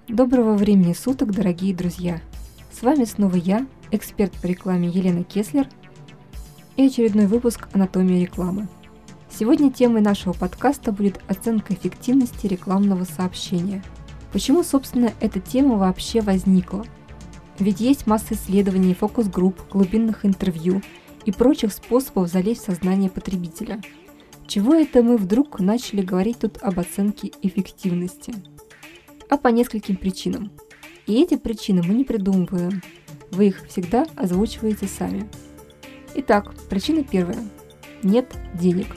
Доброго времени суток, дорогие друзья! С вами снова я, эксперт по рекламе Елена Кеслер, и очередной выпуск «Анатомия рекламы». Сегодня темой нашего подкаста будет оценка эффективности рекламного сообщения. Почему, собственно, эта тема вообще возникла? Ведь есть масса исследований, фокус-групп, глубинных интервью и прочих способов залезть в сознание потребителя. Чего это мы вдруг начали говорить тут об оценке эффективности? А по нескольким причинам. И эти причины мы не придумываем. Вы их всегда озвучиваете сами. Итак, причина первая. Нет денег.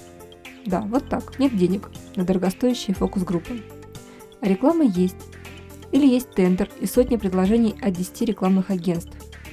Да, вот так. Нет денег на дорогостоящие фокус-группы. А реклама есть. Или есть тендер и сотни предложений от 10 рекламных агентств.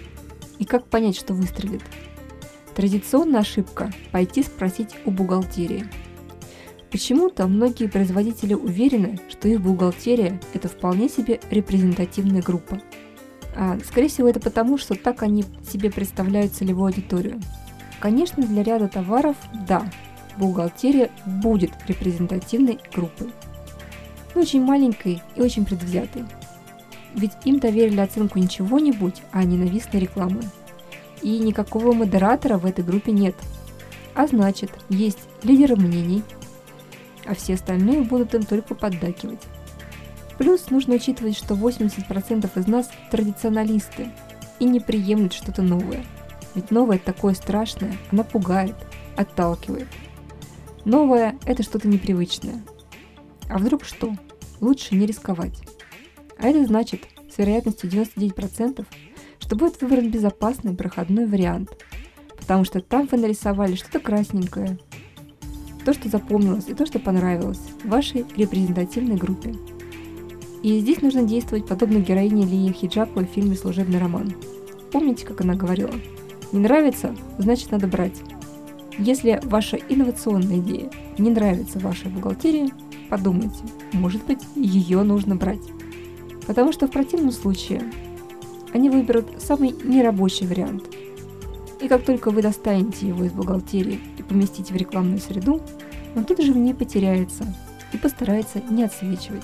И как понять, что выстрелит? Традиционная ошибка – пойти спросить у бухгалтерии. Почему-то многие производители уверены, что их бухгалтерия – это вполне себе репрезентативная группа. Скорее всего, это потому, что так они себе представляют целевую аудиторию. Конечно, для ряда товаров, да, бухгалтерия будет репрезентативной группой. Но очень маленькой и очень предвзятой. Ведь им доверили оценку не чего-нибудь, а ненавистной рекламы. И никакого модератора в этой группе нет. А значит, есть лидеры мнений, а все остальные будут им только поддакивать. Плюс нужно учитывать, что 80% из нас традиционалисты и не приемлют что-то новое. Ведь новое такое страшное, оно пугает, отталкивает. Новое – это что-то непривычное. А вдруг что? Лучше не рисковать. А это значит, с вероятностью 99%, что будет выбран безопасный проходной вариант, потому что там вы нарисовали что-то красненькое, то, что запомнилось и то, что понравилось вашей репрезентативной группе. И здесь нужно действовать подобно героине Лии Хиджаповой в фильме «Служебный роман». Помните, как она говорила? Не нравится, значит надо брать. Если ваша инновационная идея не нравится вашей бухгалтерии, подумайте, может быть, ее нужно брать. Потому что в противном случае они выберут самый нерабочий вариант. И как только вы достанете его из бухгалтерии и поместите в рекламную среду, он тут же в ней потеряется и постарается не отсвечивать.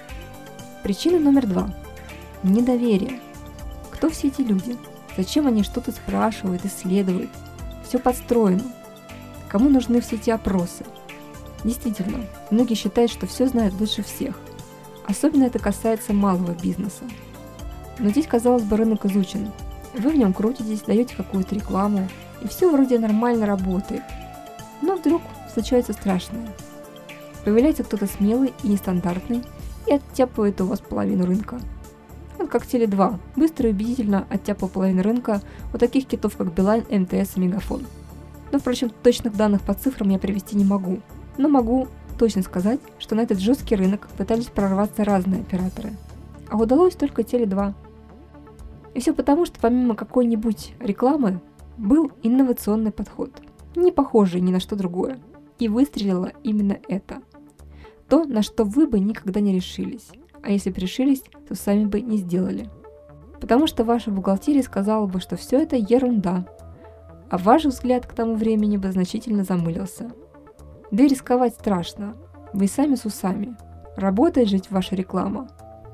Причина номер 2. Недоверие. Кто все эти люди? Зачем они что-то спрашивают, исследуют? Все подстроено. Кому нужны все эти опросы? Действительно, многие считают, что все знают лучше всех. Особенно это касается малого бизнеса. Но здесь, казалось бы, рынок изучен. Вы в нем крутитесь, даете какую-то рекламу, и все вроде нормально работает. Но вдруг случается страшное. Появляется кто-то смелый и нестандартный и оттяпывает у вас половину рынка. Вот как Теле2 быстро и убедительно оттяпал половину рынка у таких китов, как Билайн, МТС и Мегафон. Но, впрочем, точных данных по цифрам я привести не могу. Но могу точно сказать, что на этот жесткий рынок пытались прорваться разные операторы. А удалось только Теле2. И все потому, что помимо какой-нибудь рекламы был инновационный подход, не похожий ни на что другое. И выстрелило именно это. То, на что вы бы никогда не решились. А если бы решились, то сами бы не сделали. Потому что ваша бухгалтерия сказала бы, что все это ерунда. А ваш взгляд к тому времени бы значительно замылился. Да и рисковать страшно. Вы сами с усами. Работает жить ваша реклама.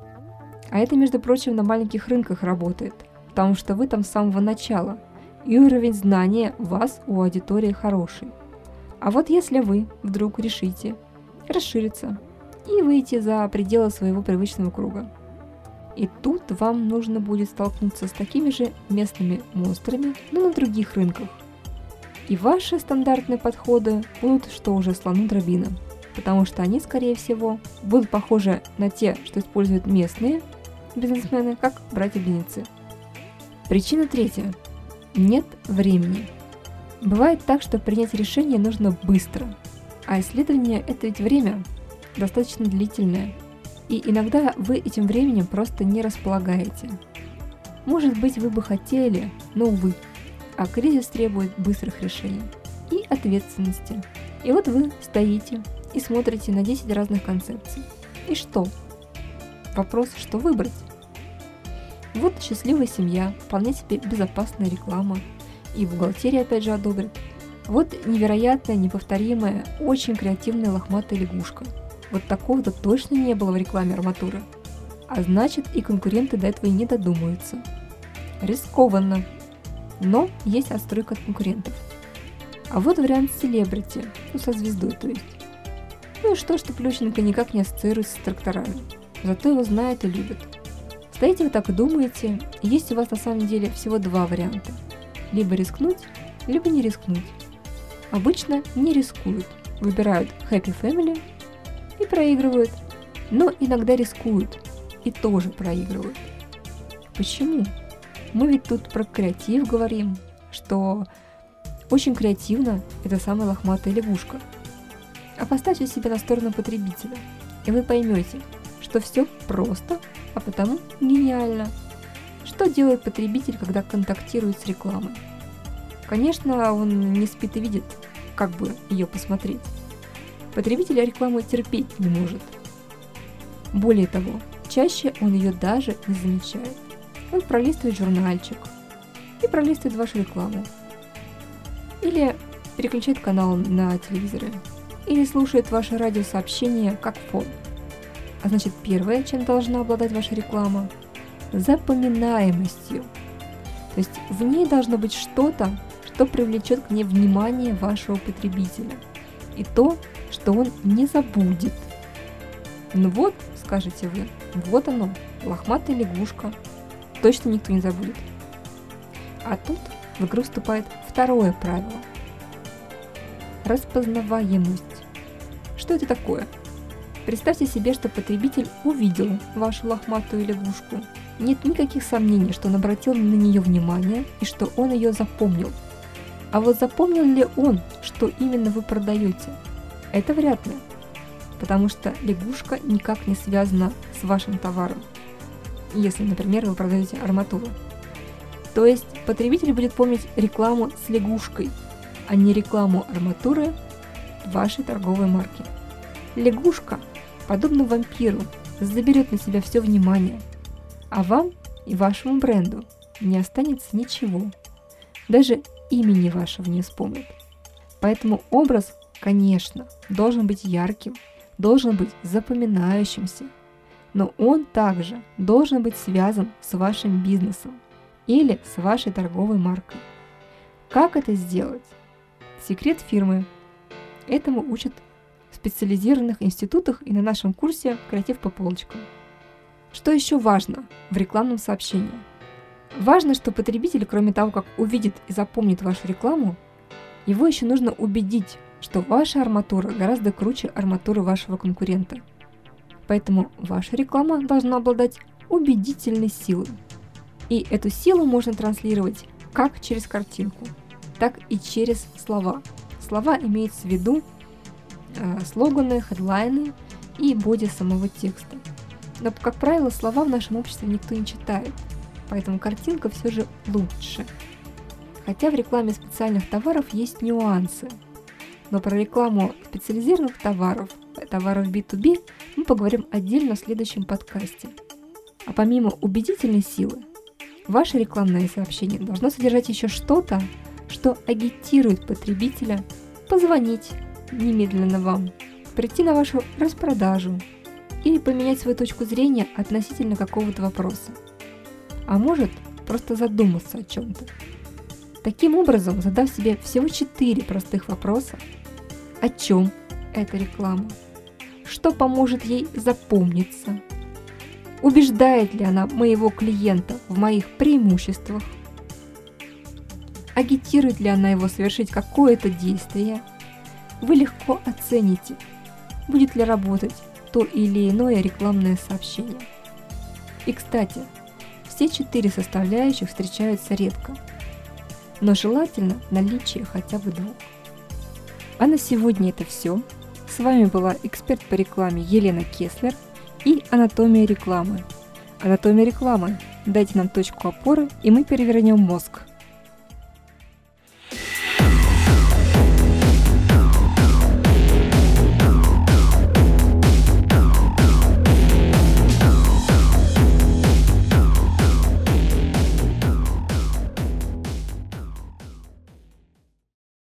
А это, между прочим, на маленьких рынках работает, потому что вы там с самого начала, и уровень знания вас у аудитории хороший. А вот если вы вдруг решите расшириться и выйти за пределы своего привычного круга, и тут вам нужно будет столкнуться с такими же местными монстрами, но на других рынках. И ваши стандартные подходы будут, что уже слону дробина, потому что они, скорее всего, будут похожи на те, что используют местные бизнесмены, как братья-близнецы. Причина третья. Нет времени. Бывает так, что принять решение нужно быстро, а исследование – это ведь время достаточно длительное, и иногда вы этим временем просто не располагаете. Может быть, вы бы хотели, но увы, а кризис требует быстрых решений и ответственности. И вот вы стоите и смотрите на 10 разных концепций. И что? Вопрос, что выбрать? Вот счастливая семья, вполне себе безопасная реклама, и бухгалтерия опять же одобрит. Вот невероятная, неповторимая, очень креативная лохматая лягушка. Вот такого-то точно не было в рекламе арматуры. а значит и конкуренты до этого и не додумаются. Рискованно, но есть отстройка от конкурентов. А вот вариант селебрити, со звездой то есть. Ну и что Плющенко никак не ассоциируется с тракторами, зато его знают и любят. Стоите вы так и думаете, и есть у вас на самом деле всего два варианта. Либо рискнуть, либо не рискнуть. Обычно не рискуют, выбирают Happy Family и проигрывают, но иногда рискуют и тоже проигрывают. Почему? Мы ведь тут про креатив говорим, что очень креативно это самая лохматая лягушка. А поставьте себя на сторону потребителя, и вы поймете, что все просто, а потому гениально. Что делает потребитель, когда контактирует с рекламой? Конечно, он не спит и видит, как бы ее посмотреть. Потребитель рекламу терпеть не может. Более того, чаще он ее даже не замечает. Он пролистывает журнальчик и пролистывает вашу рекламу. Или переключает канал на телевизоре. Или слушает ваше радиосообщение как фон. А значит, первое, чем должна обладать ваша реклама – запоминаемостью. То есть в ней должно быть что-то, что привлечет к ней внимание вашего потребителя. И то, что он не забудет. Ну вот, скажете вы, вот оно, лохматая лягушка. Точно никто не забудет. А тут в игру вступает второе правило. Распознаваемость. Что это такое? Представьте себе, что потребитель увидел вашу лохматую лягушку. Нет никаких сомнений, что он обратил на нее внимание и что он ее запомнил. А вот запомнил ли он, что именно вы продаете? Это вряд ли. Потому что лягушка никак не связана с вашим товаром. Если, например, вы продаете арматуру. То есть потребитель будет помнить рекламу с лягушкой, а не рекламу арматуры вашей торговой марки. Лягушка, подобно вампиру, заберет на себя все внимание, а вам и вашему бренду не останется ничего. Даже имени вашего не вспомнит. Поэтому образ, конечно, должен быть ярким, должен быть запоминающимся, но он также должен быть связан с вашим бизнесом или с вашей торговой маркой. Как это сделать? Секрет фирмы. Этому учат в специализированных институтах и на нашем курсе «Креатив по полочкам». Что еще важно в рекламном сообщении? Важно, что потребитель, кроме того, как увидит и запомнит вашу рекламу, его еще нужно убедить, что ваша арматура гораздо круче арматуры вашего конкурента. Поэтому ваша реклама должна обладать убедительной силой. И эту силу можно транслировать как через картинку, так и через слова. Слова имеются в виду слоганы, хедлайны и боди самого текста. Но, как правило, слова в нашем обществе никто не читает, поэтому картинка все же лучше. Хотя в рекламе специальных товаров есть нюансы. Но про рекламу специализированных товаров B2B мы поговорим отдельно в следующем подкасте. А помимо убедительной силы, ваше рекламное сообщение должно содержать еще что-то, что агитирует потребителя позвонить немедленно вам, прийти на вашу распродажу или поменять свою точку зрения относительно какого-то вопроса. А может, просто задуматься о чем-то. Таким образом, задав себе всего 4 простых вопроса: о чем эта реклама, что поможет ей запомниться, убеждает ли она моего клиента в моих преимуществах, агитирует ли она его совершить какое-то действие, вы легко оцените, будет ли работать то или иное рекламное сообщение. И, кстати, все 4 составляющих встречаются редко, но желательно наличие хотя бы 2. А на сегодня это все. С вами была эксперт по рекламе Елена Кеслер и «Анатомия рекламы». Анатомия рекламы. Дайте нам точку опоры, и мы перевернем мозг.